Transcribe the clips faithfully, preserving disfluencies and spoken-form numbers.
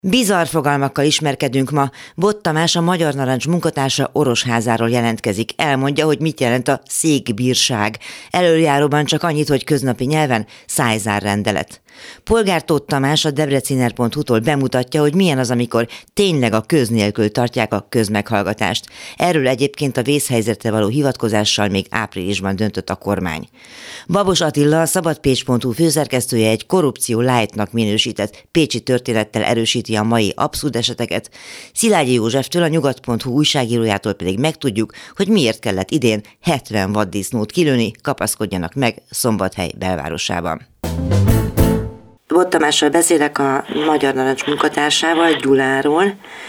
Bizarr fogalmakkal ismerkedünk ma. Bot Tamás, a Magyar Narancs munkatársa Orosházáról jelentkezik. Elmondja, hogy mit jelent a székbírság. Előjáróban csak annyit, hogy köznapi nyelven szájzárrendelet. Polgár Tóth Tamás, a debreciner pont hu-tól bemutatja, hogy milyen az, amikor tényleg a köz nélkül tartják a közmeghallgatást. Erről egyébként a vészhelyzetre való hivatkozással még áprilisban döntött a kormány. Babos Attila, a szabadpécs pont hu főszerkesztője, egy korrupció lightnak minősített pécsi történettel erősíti a mai abszurd eseteket. Szilágyi Józseftől, a nyugat pont hu újságírójától pedig megtudjuk, hogy miért kellett idén hetven vaddisznót kilőni, kapaszkodjanak meg Szombathely belvárosában. Bot Tamással beszélek, a Magyar Narancs munkatársával, Gyuláról,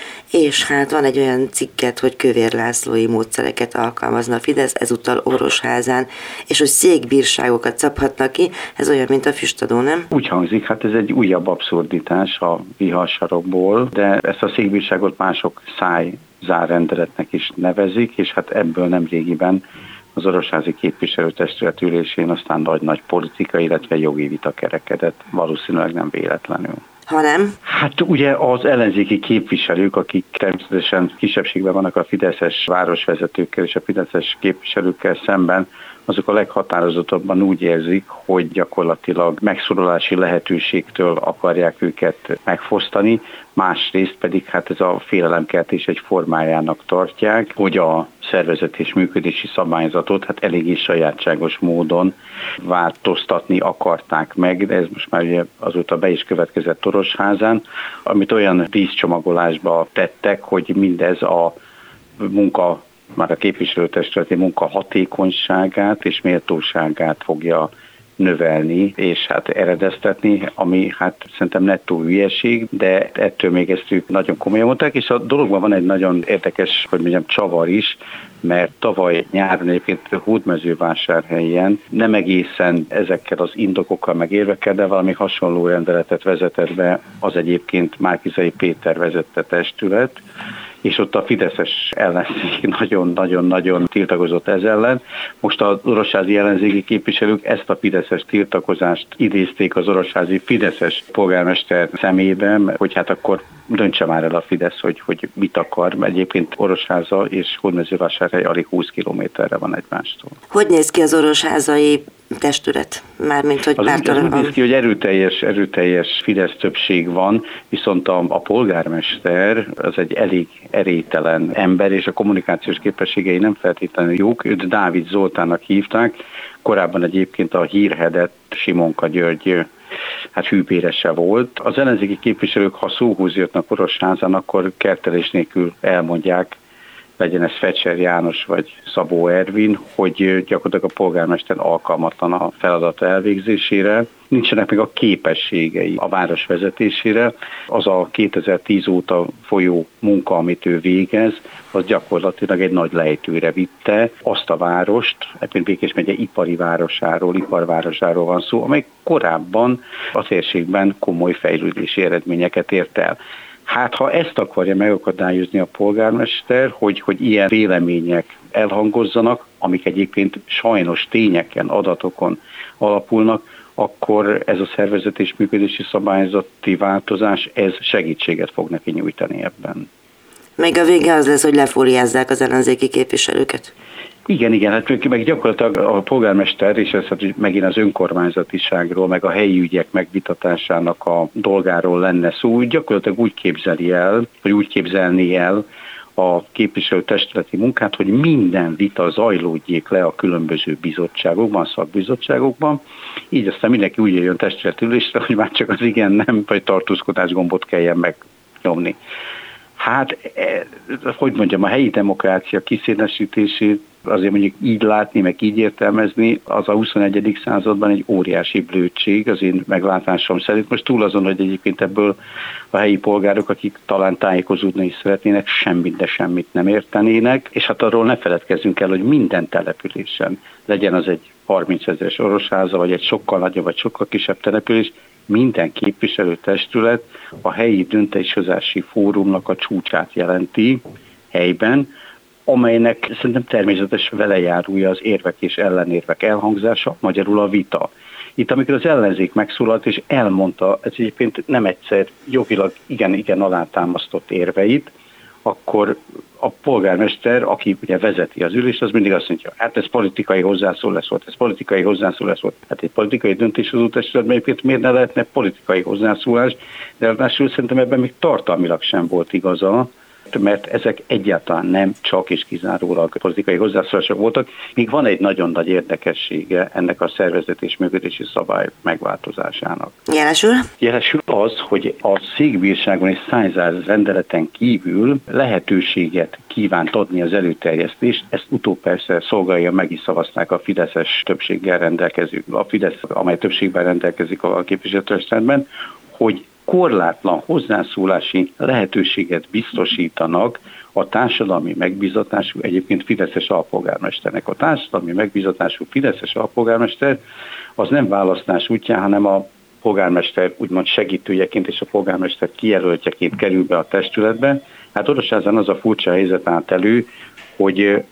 és hát van egy olyan cikket, hogy Kövér Lászlói módszereket alkalmazna a Fidesz, ezúttal Orosházán, és hogy székbírságokat szabhatnak ki, ez olyan, mint a füstadó, nem? Úgy hangzik, hát ez egy újabb abszurditás a viharsarokból, de ezt a székbírságot mások szájzárrendeletnek is nevezik, és hát ebből nemrégiben az orosházi képviselőtestület ülésén aztán nagy-nagy politikai, illetve jogi vita kerekedett, valószínűleg nem véletlenül. Hanem? Hát ugye az ellenzéki képviselők, akik természetesen kisebbségben vannak a fideszes városvezetőkkel és a fideszes képviselőkkel szemben, azok a leghatározottabban úgy érzik, hogy gyakorlatilag megszólalási lehetőségtől akarják őket megfosztani, másrészt pedig hát ez a félelemkeltés egy formájának tartják, hogy a szervezet és működési szabályzatot hát eléggé sajátságos módon változtatni akarták meg, de ez most már ugye azóta be is következett Orosházán, amit olyan díszcsomagolásba tettek, hogy mindez a munka már a képviselőtestületi munka hatékonyságát és méltóságát fogja növelni, és hát eredeztetni, ami hát szerintem nettó hülyeség, de ettől még ezt ők nagyon komolyan mondták, és a dologban van egy nagyon érdekes, hogy mondjam, csavar is, mert tavaly nyáron egyébként Hódmezővásárhelyen nem egészen ezekkel az indokokkal meg érvekkel, de valami hasonló rendeletet vezetett be az egyébként Márki-Zay Péter vezette testület, és ott a fideszes ellenzék nagyon-nagyon-nagyon tiltakozott ez ellen. Most az orosházi ellenzéki képviselők ezt a fideszes tiltakozást idézték az orosházi fideszes polgármester szemében, hogy hát akkor döntse már el a Fidesz, hogy, hogy mit akar, mert egyébként Orosháza és Hódmezővásárhely alig húsz kilométerre van egymástól. Hogy néz ki az orosházai testület? Mármint, hogy az úgy, az úgy néz ki, hogy erőteljes, erőteljes Fidesz többség van, viszont a, a polgármester az egy elég erélytelen ember, és a kommunikációs képességei nem feltétlenül jók. Őt Dávid Zoltánnak hívták, korábban egyébként a hírhedett Simonka György hát hűbérese volt. Az ellenzéki képviselők, ha szóhoz jöttnek Orosházán, akkor kertelés nélkül elmondják, legyen ez Fecser János vagy Szabó Ervin, hogy gyakorlatilag a polgármester alkalmatlan a feladat elvégzésére, nincsenek meg a képességei a város vezetésére. Az a kétezer-tíz óta folyó munka, amit ő végez, az gyakorlatilag egy nagy lejtőre vitte azt a várost, egyébként Békés megye ipari városáról, iparvárosáról van szó, amely korábban a térségben komoly fejlődési eredményeket ért el. Hát ha ezt akarja megakadályozni a polgármester, hogy, hogy ilyen vélemények elhangozzanak, amik egyébként sajnos tényeken, adatokon alapulnak, akkor ez a szervezet és működési szabályzati változás, ez segítséget fog neki nyújtani ebben. Meg a vége az lesz, hogy lefóliázzák az ellenzéki képviselőket. Igen, igen, hát meg gyakorlatilag a polgármester, és ez hát megint az önkormányzatiságról, meg a helyi ügyek megvitatásának a dolgáról lenne szó, gyakorlatilag úgy képzeli el, vagy úgy képzelni el a képviselőtestületi munkát, hogy minden vita zajlódjék le a különböző bizottságokban, szakbizottságokban, így aztán mindenki úgy jön testületülésre, hogy már csak az igen, nem, vagy tartózkodás gombot kelljen megnyomni. Hát, hogy mondjam, a helyi demokrácia kiszélesítését azért mondjuk így látni, meg így értelmezni, az a huszonegyedik században egy óriási blödség az én meglátásom szerint. Most túl azon, hogy egyébként ebből a helyi polgárok, akik talán tájékozódni is szeretnének, semmit, de semmit nem értenének, és hát arról ne feledkezzünk el, hogy minden településen, legyen az egy harmincezeres Orosháza, vagy egy sokkal nagyobb, vagy sokkal kisebb település, minden képviselőtestület a helyi döntéshozási fórumnak a csúcsát jelenti helyben, amelynek szerintem természetes velejárója az érvek és ellenérvek elhangzása, magyarul a vita. Itt, amikor az ellenzék megszólalt és elmondta, ez egyébként nem egyszer jogilag igen-igen alátámasztott érveit, akkor a polgármester, aki ugye vezeti az ülést, az mindig azt mondja, hát ez politikai hozzászólás volt, ez politikai hozzászólás volt. Hát egy politikai döntéshozó testületben egyébként miért ne lehetne politikai hozzászólás, de ráadásul szerintem ebben még tartalmilag sem volt igaza, mert ezek egyáltalán nem csak és kizárólag politikai hozzászólások voltak, míg van egy nagyon nagy érdekessége ennek a szervezet és működési szabály megváltozásának. Jelesül? Jelesül az, hogy a székbírságon és szájzáz rendeleten kívül lehetőséget kívánt adni az előterjesztést, ezt utóbb persze szolgálja, meg is szavazták a fideszes többséggel rendelkező, a Fidesz, amely többségben rendelkezik a képviselőtestületben, hogy korlátlan hozzászólási lehetőséget biztosítanak a társadalmi megbízatású, egyébként fideszes alpolgármesternek. A társadalmi megbízatású fideszes alpolgármester az nem választás útján, hanem a polgármester úgymond segítőjeként és a polgármester kijelöltjeként kerül be a testületbe. Hát Orosházán az a furcsa helyzet állt elő, hogy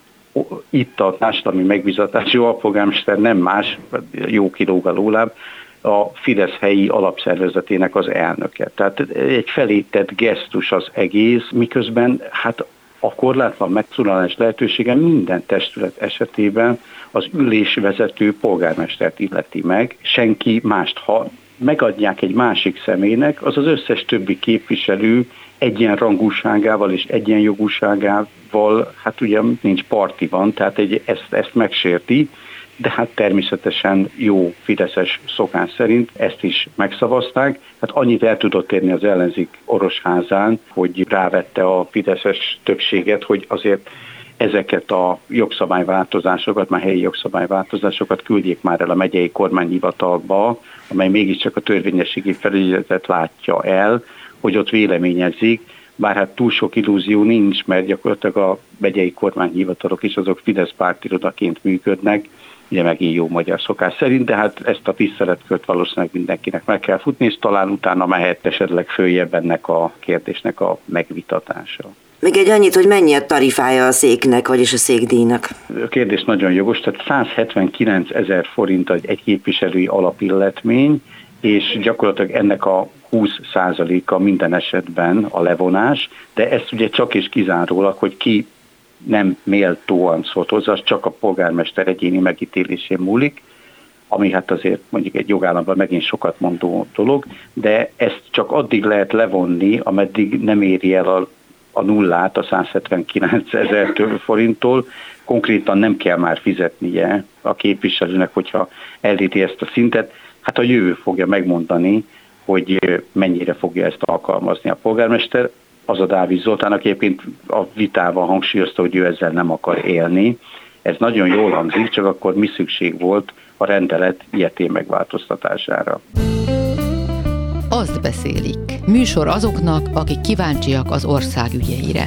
itt a társadalmi megbízatású alpolgármester nem más, jó kilóg a lóláb, a Fidesz helyi alapszervezetének az elnöke. Tehát egy felétett gesztus az egész, miközben hát a korlátlan megszólalás lehetősége minden testület esetében az ülésvezető polgármestert illeti meg. Senki mást, ha megadják egy másik személynek, az az összes többi képviselő egyenrangúságával és egyenjogúságával, hát ugye nincs parti van, tehát egy, ezt, ezt megsérti, de hát természetesen jó fideszes szokás szerint ezt is megszavazták. Hát annyit el tudott érni az ellenzék Orosházán, hogy rávette a fideszes többséget, hogy azért ezeket a jogszabályváltozásokat, már helyi jogszabályváltozásokat küldjék már el a megyei kormányhivatalba, amely mégiscsak a törvényességi felügyeletet látja el, hogy ott véleményezik, bár hát túl sok illúzió nincs, mert gyakorlatilag a megyei kormányhivatalok is azok Fidesz pártirodaként működnek, ugye megint jó magyar szokás szerint, de hát ezt a tiszteletkört valószínűleg mindenkinek meg kell futni, és talán utána mehet esetleg följebb ennek a kérdésnek a megvitatása. Még egy annyit, hogy mennyi a tarifája a széknek, vagyis a székdíjnak? A kérdés nagyon jogos, tehát száz hetvenkilenc ezer forint egy képviselői alapilletmény, és gyakorlatilag ennek a húsz százaléka minden esetben a levonás, de ezt ugye csak és kizárólag, hogy ki nem méltóan szólt hozzá, az csak a polgármester egyéni megítélésén múlik, ami hát azért mondjuk egy jogállamban megint sokat mondó dolog, de ezt csak addig lehet levonni, ameddig nem éri el a, a nullát a száz hetvenkilenc ezer forinttól, konkrétan nem kell már fizetnie a képviselőnek, hogyha eléri ezt a szintet. Hát a jövő fogja megmondani, hogy mennyire fogja ezt alkalmazni a polgármester. Az a Dávid Zoltán, aki egyébként a vitában hangsúlyozta, hogy ő ezzel nem akar élni. Ez nagyon jól hangzik, csak akkor mi szükség volt a rendelet ilyetén megváltoztatására. Azt beszélik. Műsor azoknak, akik kíváncsiak az ország ügyeire.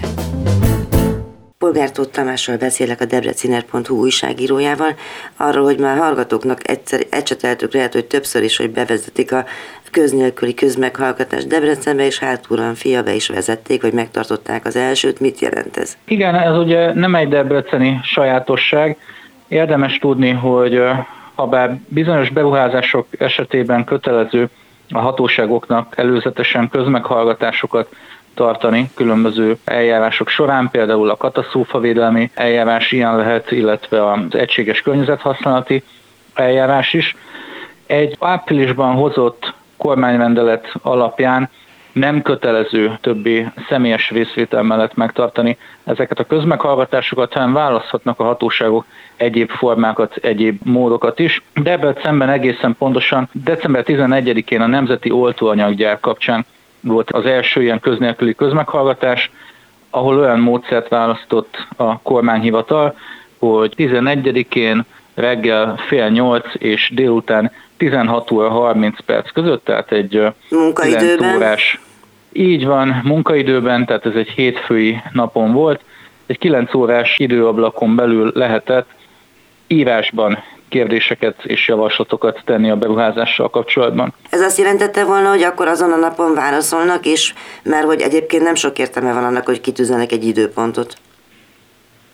Polgár Tóth Tamással beszélek, a debreciner pont hu újságírójával, arról, hogy már hallgatóknak egyszer ecseteltük lehet, hogy többször is, hogy bevezetik a köznélküli közmeghallgatást Debrecenbe, és hátulról fia be is vezették, vagy megtartották az elsőt. Mit jelent ez? Igen, ez ugye nem egy debreceni sajátosság. Érdemes tudni, hogy ha bár bizonyos beruházások esetében kötelező a hatóságoknak előzetesen közmeghallgatásokat tartani különböző eljárások során, például a katasztrófavédelmi eljárás ilyen lehet, illetve az egységes környezethasználati eljárás is. Egy áprilisban hozott kormányrendelet alapján nem kötelező többi személyes részvétel mellett megtartani ezeket a közmeghallgatásokat, hanem választhatnak a hatóságok egyéb formákat, egyéb módokat is. Debrecenben egészen pontosan december tizenegyedikén a Nemzeti Oltóanyaggyár kapcsán volt az első ilyen köznélküli közmeghallgatás, ahol olyan módszert választott a kormányhivatal, hogy tizenegyedikén reggel fél nyolc és délután tizenhat óra harminc perc között, tehát egy kilenc órás, így van, munkaidőben, tehát ez egy hétfői napon volt, egy kilenc órás időablakon belül lehetett írásban kérdéseket és javaslatokat tenni a beruházással kapcsolatban. Ez azt jelentette volna, hogy akkor azon a napon válaszolnak is, mert hogy egyébként nem sok értelme van annak, hogy kitűzenek egy időpontot.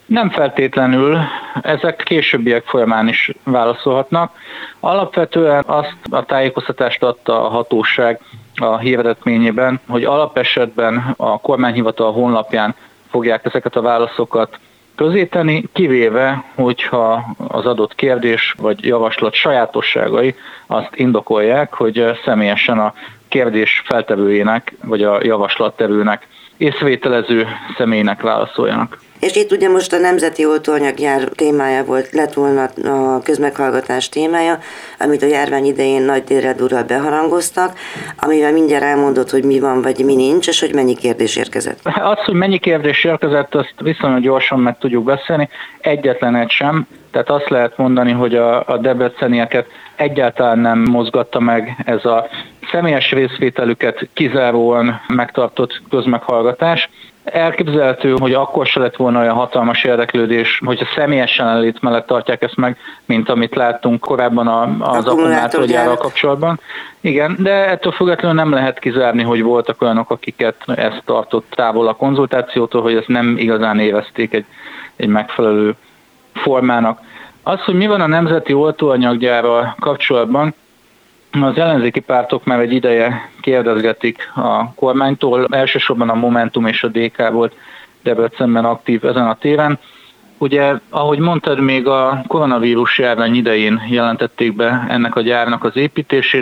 Nem feltétlenül, ezek későbbiek folyamán is válaszolhatnak. Alapvetően azt a tájékoztatást adta a hatóság a híreredményében, hogy alapesetben a kormányhivatal honlapján fogják ezeket a válaszokat közéteni, kivéve, hogyha az adott kérdés vagy javaslat sajátosságai azt indokolják, hogy személyesen a kérdés feltevőjének vagy a javaslattevőnek észrevételező személynek válaszoljanak. És itt ugye most a Nemzeti Oltóanyaggyár témája volt, lett volna a közmeghallgatás témája, amit a járvány idején nagy délre durral beharangoztak, amivel mindjárt elmondott, hogy mi van, vagy mi nincs, és hogy mennyi kérdés érkezett. Az, hogy mennyi kérdés érkezett, azt viszonylag gyorsan meg tudjuk beszélni, egyetlen egy sem. Tehát azt lehet mondani, hogy a, a debrecenieket egyáltalán nem mozgatta meg ez a személyes részvételüket kizáróan megtartott közmeghallgatás. Elképzelhető, hogy akkor se lett volna olyan hatalmas érdeklődés, hogyha személyesen jelenlét mellett tartják ezt meg, mint amit láttunk korábban az akkumulátorgyárral kapcsolatban. Igen, de ettől függetlenül nem lehet kizárni, hogy voltak olyanok, akiket ezt tartott távol a konzultációtól, hogy ezt nem igazán érezték egy, egy megfelelő formának. Az, hogy mi van a Nemzeti Oltóanyaggyárral kapcsolatban, az ellenzéki pártok már egy ideje kérdezgetik a kormánytól, elsősorban a Momentum és a dé ká volt Debrecenben aktív ezen a téren. Ugye, ahogy mondtad, még a koronavírus járvány idején jelentették be ennek a gyárnak az építését,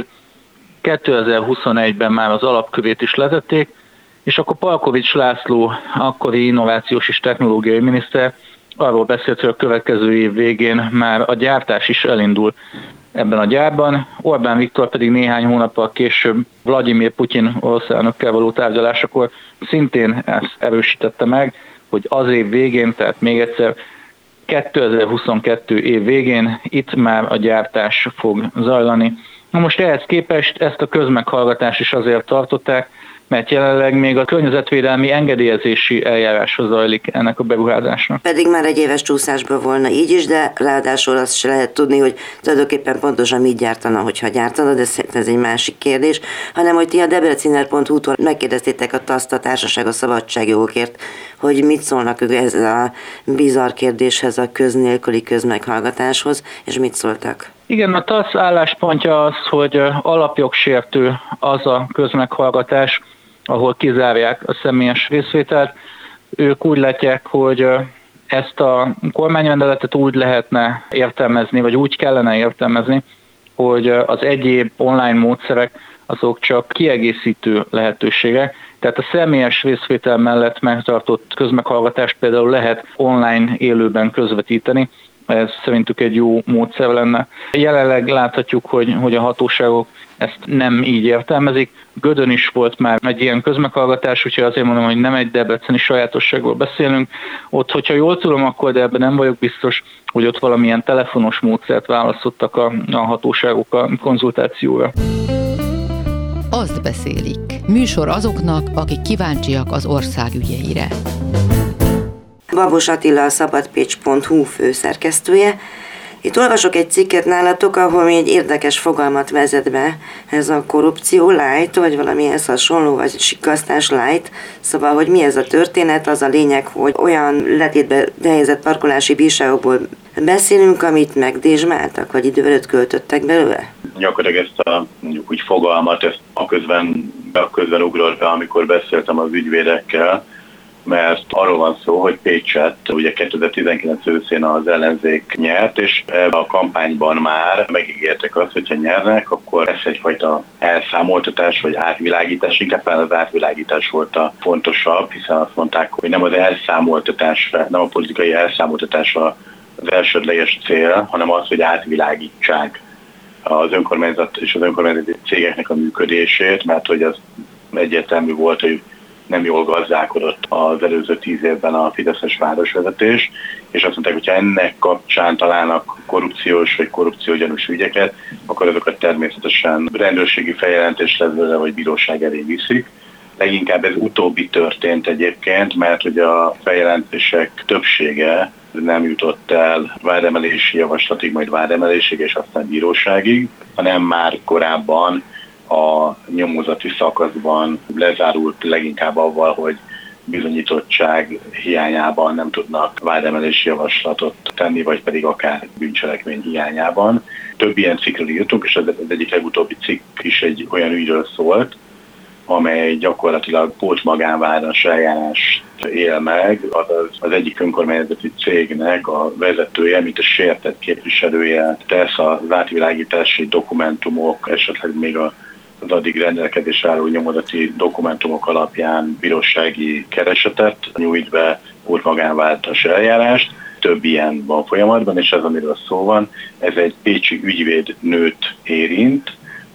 kétezer-huszonegyben már az alapkövét is letették, és akkor Palkovics László, akkori innovációs és technológiai miniszter arról beszélt, hogy a következő év végén már a gyártás is elindul ebben a gyárban. Orbán Viktor pedig néhány hónappal később Vladimir Putyin orosz elnökkel való tárgyalásakor szintén ezt erősítette meg, hogy az év végén, tehát még egyszer kétezer-huszonkettő év végén itt már a gyártás fog zajlani. Na most ehhez képest ezt a közmeghallgatást is azért tartották, mert jelenleg még a környezetvédelmi engedélyezési eljáráshoz zajlik ennek a beruházásnak. Pedig már egy éves csúszásban volna így is, de ráadásul azt se lehet tudni, hogy tulajdonképpen pontosan mit gyártana, hogyha gyártana, de ez egy másik kérdés, hanem hogy ti a debreciner pont hu-tól megkérdeztétek a TASZ, a Társaság a Szabadságjogokért, hogy mit szólnak ők ez a bizarr kérdéshez, a köz nélküli közmeghallgatáshoz, és mit szóltak? Igen, a TASZ álláspontja az, hogy alapjogsértő az a közmeghallgatás, ahol kizárják a személyes részvételt. Ők úgy látják, hogy ezt a kormányrendeletet úgy lehetne értelmezni, vagy úgy kellene értelmezni, hogy az egyéb online módszerek azok csak kiegészítő lehetőségek. Tehát a személyes részvétel mellett megtartott közmeghallgatást például lehet online élőben közvetíteni, ez szerintük egy jó módszer lenne. Jelenleg láthatjuk, hogy, hogy a hatóságok ezt nem így értelmezik. Gödön is volt már egy ilyen közmeghallgatás, úgyhogy azért mondom, hogy nem egy debreceni sajátosságról beszélünk. Ott, hogyha jól tudom, akkor de ebben nem vagyok biztos, hogy ott valamilyen telefonos módszert választottak a, a hatóságok a konzultációra. Azt beszélik. Műsor azoknak, akik kíváncsiak az ország ügyeire. Babos Attila, a szabadpécs pont hu főszerkesztője. Itt olvasok egy cikket nálatok, ahol egy érdekes fogalmat vezet be, ez a korrupció light, vagy valamilyen hasonló, vagy sikasztás light. Szóval, hogy mi ez a történet, az a lényeg, hogy olyan letétbe helyezett parkolási bírságokból beszélünk, amit megdésmáltak, vagy idő előtt költöttek belőle? Gyakorlatilag ezt a mondjuk úgy fogalmat, ezt a közben, a közben ugrott be, amikor beszéltem az ügyvédekkel, mert arról van szó, hogy Pécset ugye kétezer-tizenkilenc őszén az ellenzék nyert, és ebben a kampányban már megígértek azt, hogyha nyernek, akkor lesz egyfajta elszámoltatás vagy átvilágítás, inkább az átvilágítás volt a fontosabb, hiszen azt mondták, hogy nem az elszámoltatás, nem a politikai elszámoltatás az elsődleges cél, hanem az, hogy átvilágítsák az önkormányzat és az önkormányzati cégeknek a működését, mert hogy az egyértelmű volt, hogy nem jól gazdálkodott az előző tíz évben a fideszes városvezetés, és azt mondták, hogy ha ennek kapcsán találnak korrupciós vagy korrupciógyanús ügyeket, akkor azokat természetesen rendőrségi feljelentés lesz vele, vagy bíróság elé viszik. Leginkább ez utóbbi történt egyébként, mert ugye a feljelentések többsége nem jutott el vádemelési javaslatig, majd vádemelésig, és aztán bíróságig, hanem már korábban a nyomozati szakaszban lezárult leginkább avval, hogy bizonyítottság hiányában nem tudnak vádemelési javaslatot tenni, vagy pedig akár bűncselekmény hiányában. Több ilyen cikkről írtunk, és az egyik legutóbbi cikk is egy olyan ügyről szólt, amely gyakorlatilag pótmagánváros eljárást él meg, azaz az egyik önkormányzati cégnek a vezetője, mint a sértett képviselője tesz az átvilágítási dokumentumok, esetleg még a az addig rendelkezésre álló nyomozati dokumentumok alapján bírósági keresetet nyújt be pótmagánváltás eljárást. Több ilyen van folyamatban, és ez, amiről szó van, ez egy pécsi ügyvéd nőt érint,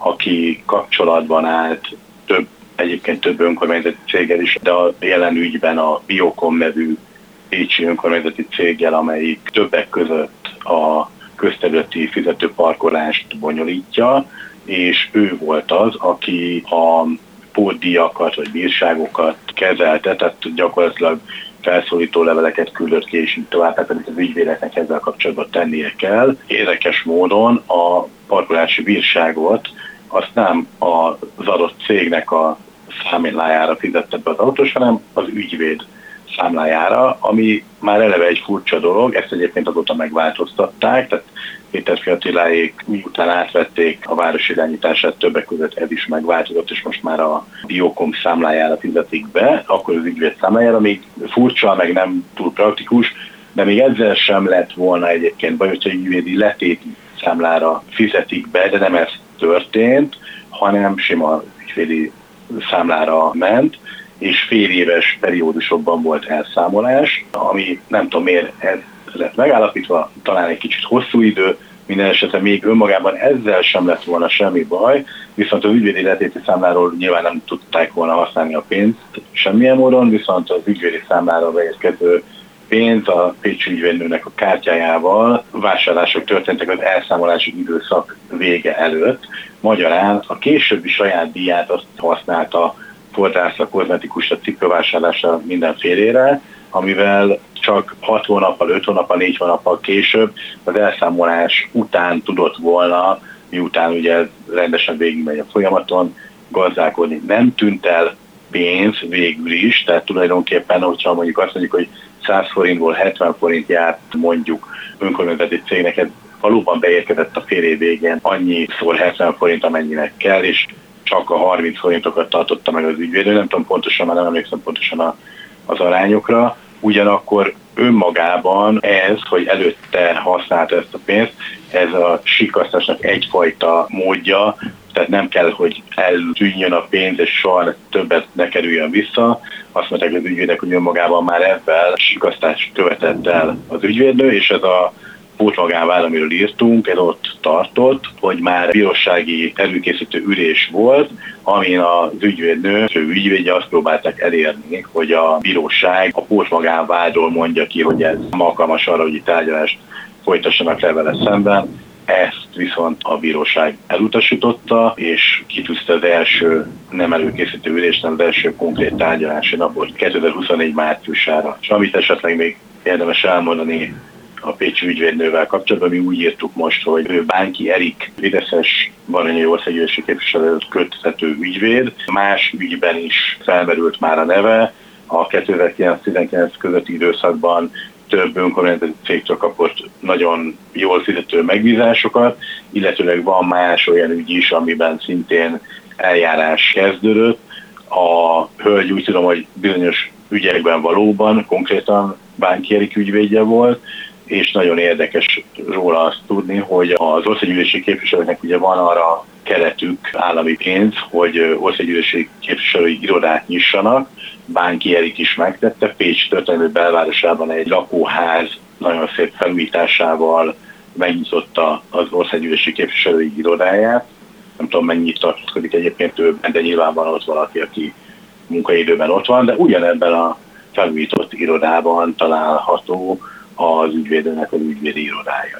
aki kapcsolatban állt több, egyébként több önkormányzati céggel is, de a jelen ügyben a Biokom nevű pécsi önkormányzati céggel, amelyik többek között a közterületi fizetőparkolást bonyolítja, és ő volt az, aki a pótdíjakat vagy bírságokat kezelte, tehát gyakorlatilag felszólító leveleket küldött ki, és így tovább, tehát az ügyvédeknek ezzel kapcsolatban tennie kell. Érdekes módon a parkolási bírságot azt nem az adott cégnek a számlájára fizette be az autós, hanem az ügyvéd számlájára, ami már eleve egy furcsa dolog, ezt egyébként azóta megváltoztatták, tehát Péter Attiláék miután átvették a város irányítását, többek között ez is megváltozott, és most már a Biokom számlájára fizetik be, akkor az ügyvéd számlájára, még furcsa, meg nem túl praktikus, de még ezzel sem lett volna egyébként baj, hogyha ügyvédi letéti számlára fizetik be, de nem ez történt, hanem sima ügyvédi számlára ment, és fél éves periódusokban volt elszámolás, ami nem tudom miért ez lett megállapítva, talán egy kicsit hosszú idő, minden esetre még önmagában ezzel sem lett volna semmi baj, viszont az ügyvédi letéti számláról nyilván nem tudták volna használni a pénzt semmilyen módon, viszont az ügyvédi számlára beérkező pénz a pécsi ügyvédnőnek a kártyájával vásárlások történtek az elszámolási időszak vége előtt. Magyarán a későbbi saját díját azt használta fodrászra, kozmetikusra, cipővásárlásra mindenfélére, amivel csak hat hónappal, öt hónappal, négy hónappal később az elszámolás után tudott volna, miután ugye rendesen végigmegy a folyamaton, gazdálkodni. Nem tűnt el pénz végül is, tehát tulajdonképpen, hogyha mondjuk azt mondjuk, hogy száz forintból hetven forint járt mondjuk önkormányzati cégnek, ez valóban beérkezett a fél év végén annyiszor hetven forint, amennyinek kell, és csak a harminc forintokat tartotta meg az ügyvédő, nem tudom pontosan, már nem emlékszem pontosan a, az arányokra. Ugyanakkor önmagában ez, hogy előtte használta ezt a pénzt, ez a sikasztásnak egyfajta módja, tehát nem kell, hogy eltűnjön a pénz, és soha többet ne kerüljön vissza. Azt mondták az ügyvédek, hogy önmagában már ebben sikasztást követett el az ügyvédnő, és ez a pótmagánvád, amiről írtunk, ez ott tartott, hogy már bírósági előkészítő ülés volt, amin az ügyvédnő, ő ügyvédje azt próbálták elérni, hogy a bíróság a pótmagánvádról mondja ki, hogy ez alkalmas arra, hogy tárgyalást folytassanak le vele szemben. Ezt viszont a bíróság elutasította, és kitűzte az első nem előkészítő ülés, nem az első konkrét tárgyalási napot kétezer-huszonnégy márciusára. És amit esetleg még érdemes elmondani a pécsi ügyvédnővel kapcsolatban, mi úgy írtuk most, hogy ő Bánki Erik, fideszes Baranyai országgyűlési képviselő köttető ügyvéd. Más ügyben is felmerült már a neve. A kétezer-kilenc-tizenkilenc közötti időszakban több önkormányzati cégtől kapott nagyon jól fizető megbízásokat, illetőleg van más olyan ügy is, amiben szintén eljárás kezdődött. A hölgy úgy tudom, hogy bizonyos ügyekben valóban konkrétan Bánki Erik ügyvédje volt, és nagyon érdekes róla azt tudni, hogy az országgyűlési képviselőknek ugye van arra keretük, állami pénz, hogy országgyűlési képviselői irodát nyissanak. Bánki Erik is megtette, Pécs történelmi belvárosában egy lakóház nagyon szép felújításával megnyitotta az országgyűlési képviselői irodáját. Nem tudom, mennyit tartózkodik egyébként ő, de nyilván van ott valaki, aki munkaidőben ott van, de ugyanebben a felújított irodában található az ügyvédőnek az ügyvédi irodája.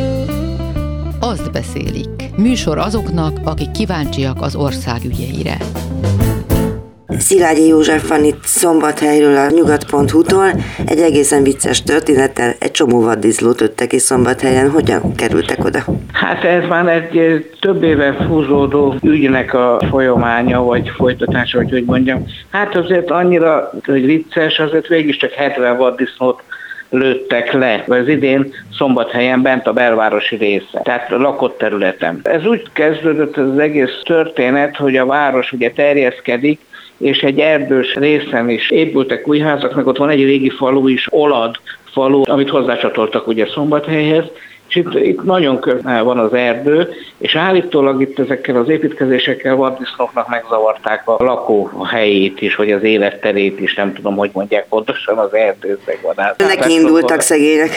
Azt beszélik. Műsor azoknak, akik kíváncsiak az ország ügyeire. Szilágyi József van itt Szombathelyről, a nyugat pont hu-tól. Egy egészen vicces történettel, egy csomó vaddisznót öttek is Szombathelyen. Hogyan kerültek oda? Hát ez már egy több éve húzódó ügynek a folyamánya, vagy folytatása, vagy hogy mondjam. Hát azért annyira, hogy vicces, azért végig is csak hetven vaddisznót lőttek le. Az idén Szombathelyen bent a belvárosi része, tehát a lakott területen. Ez úgy kezdődött ez az egész történet, hogy a város ugye terjeszkedik, és egy erdős részen is épültek új házak, meg ott van egy régi falu is, Olad falu, amit hozzácsatoltak ugye Szombathelyhez, és itt, itt nagyon közel van az erdő, és állítólag itt ezekkel az építkezésekkel vaddisznóknak megzavarták a lakóhelyét is, vagy az életterét is, nem tudom, hogy mondják pontosan az erdőzek van. Neki indultak szegények.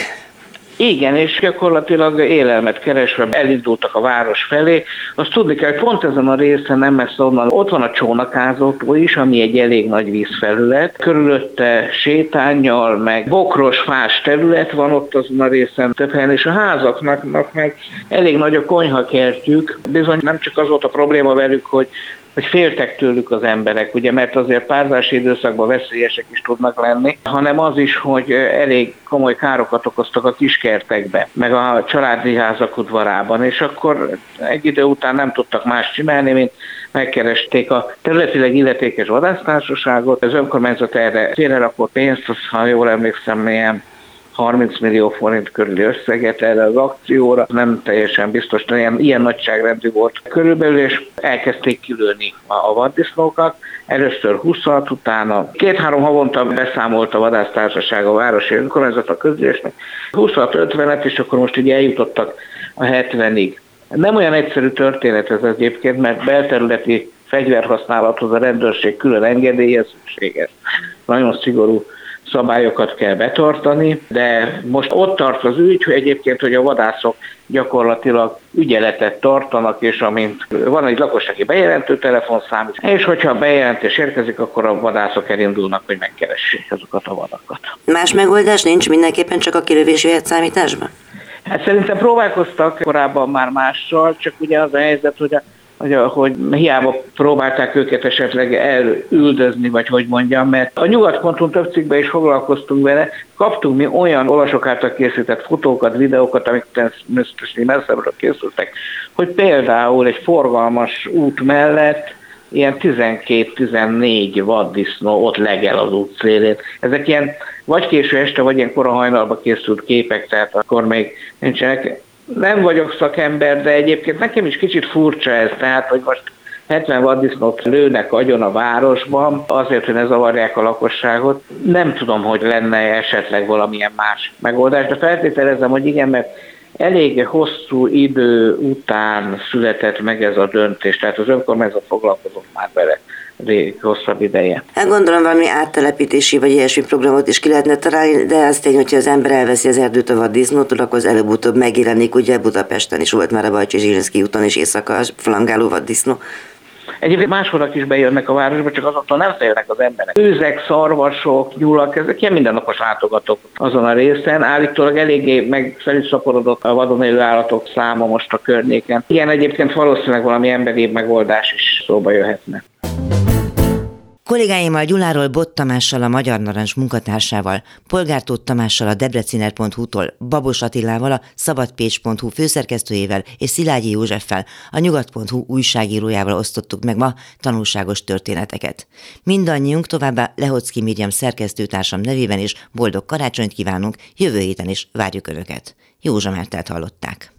Igen, és gyakorlatilag élelmet keresve elindultak a város felé. Azt tudni kell, hogy pont ezen a részen, nem messze onnan, ott van a Csónakázótó is, ami egy elég nagy vízfelület. Körülötte sétánnyal, meg bokros, fás terület van ott azon a részen több helyen, és a házaknak meg elég nagy a konyhakertjük. Bizony nem csak az volt a probléma velük, hogy hogy féltek tőlük az emberek, ugye, mert azért párzási időszakban veszélyesek is tudnak lenni, hanem az is, hogy elég komoly károkat okoztak a kiskertekbe, meg a családi házak udvarában, és akkor egy idő után nem tudtak más csinálni, mint megkeresték a területileg illetékes vadásztársaságot, az önkormányzat erre félrerakott pénzt, az, ha jól emlékszem, ilyen harminc millió forint körüli összeget erre az akcióra, nem teljesen biztos, de ilyen, ilyen nagyságrendű volt körülbelül, és elkezdték kilőni a, a vaddisznókat. Először húszat, utána két-három havonta beszámolt a vadásztársaság a városi önkormányzat a közgyűlésnek, húszat, ötvenet, és akkor most így eljutottak a hetvenig. Nem olyan egyszerű történet ez egyébként, mert belterületi fegyverhasználathoz a rendőrség külön engedélye szükséges. Nagyon szigorú szabályokat kell betartani, de most ott tart az ügy, hogy egyébként, hogy a vadászok gyakorlatilag ügyeletet tartanak, és amint van egy lakossági bejelentő telefonszám, és hogyha a bejelentés érkezik, akkor a vadászok elindulnak, hogy megkeressék azokat a vadakat. Más megoldás nincs, mindenképpen csak a kilövés jöhet számításba? Hát szerintem próbálkoztak korábban már mással, csak ugye az a helyzet, hogy a Hogy, hogy hiába próbálták őket esetleg elüldözni, vagy hogy mondjam, mert a nyugat pont hu több cikkben is foglalkoztunk vele, kaptunk mi olyan olvasók által készített fotókat, videókat, amik természetesen messzebbről készültek, hogy például egy forgalmas út mellett ilyen tizenkét-tizennégy vaddisznó ott legel az út szélén. Ezek ilyen vagy késő este, vagy ilyen kora hajnalba készült képek, tehát akkor még nincsenek. Nem vagyok szakember, de egyébként nekem is kicsit furcsa ez, tehát, hogy most hetven vaddisznót lőnek agyon a városban, azért, hogy ne zavarják a lakosságot. Nem tudom, hogy lenne esetleg valamilyen más megoldás, de feltételezem, hogy igen, mert elég hosszú idő után született meg ez a döntés, tehát az önkormányzat foglalkozott már vele rég hosszabb ideje. Hát gondolom valami áttelepítési vagy ilyesmi programot is ki lehetne találni, de az tény, hogyha az ember elveszi az erdőt a vaddisznótól, akkor az előbb-utóbb megjelenik, ugye Budapesten is volt már a Bajcsy-Zsilinszky úton és éjszaka a flangáló vaddisznó. Egyébként máshodak is bejönnek a városba, csak azoktól nem félnek az emberek. Őzek, szarvasok, nyulak, ezek ilyen mindennapos látogatók azon a részen. Állítólag eléggé meg felüsszaporodott a vadon élő állatok száma most a környéken. Igen, egyébként valószínűleg valami emberi megoldás is szóba jöhetne. Kollégáimmal Gyuláról Bot Tamással, a Magyar Narancs munkatársával, Polgártóth Tamással a debreciner pont hu-tól, Babos Attilával, a szabadpécs pont hu főszerkesztőjével és Szilágyi Józseffel, a nyugat pont hu újságírójával osztottuk meg ma tanulságos történeteket. Mindannyiunk továbbá Lehocki Miriam szerkesztőtársam nevében is boldog karácsonyt kívánunk, jövő héten is várjuk Önöket. Józsa Mártát hallották.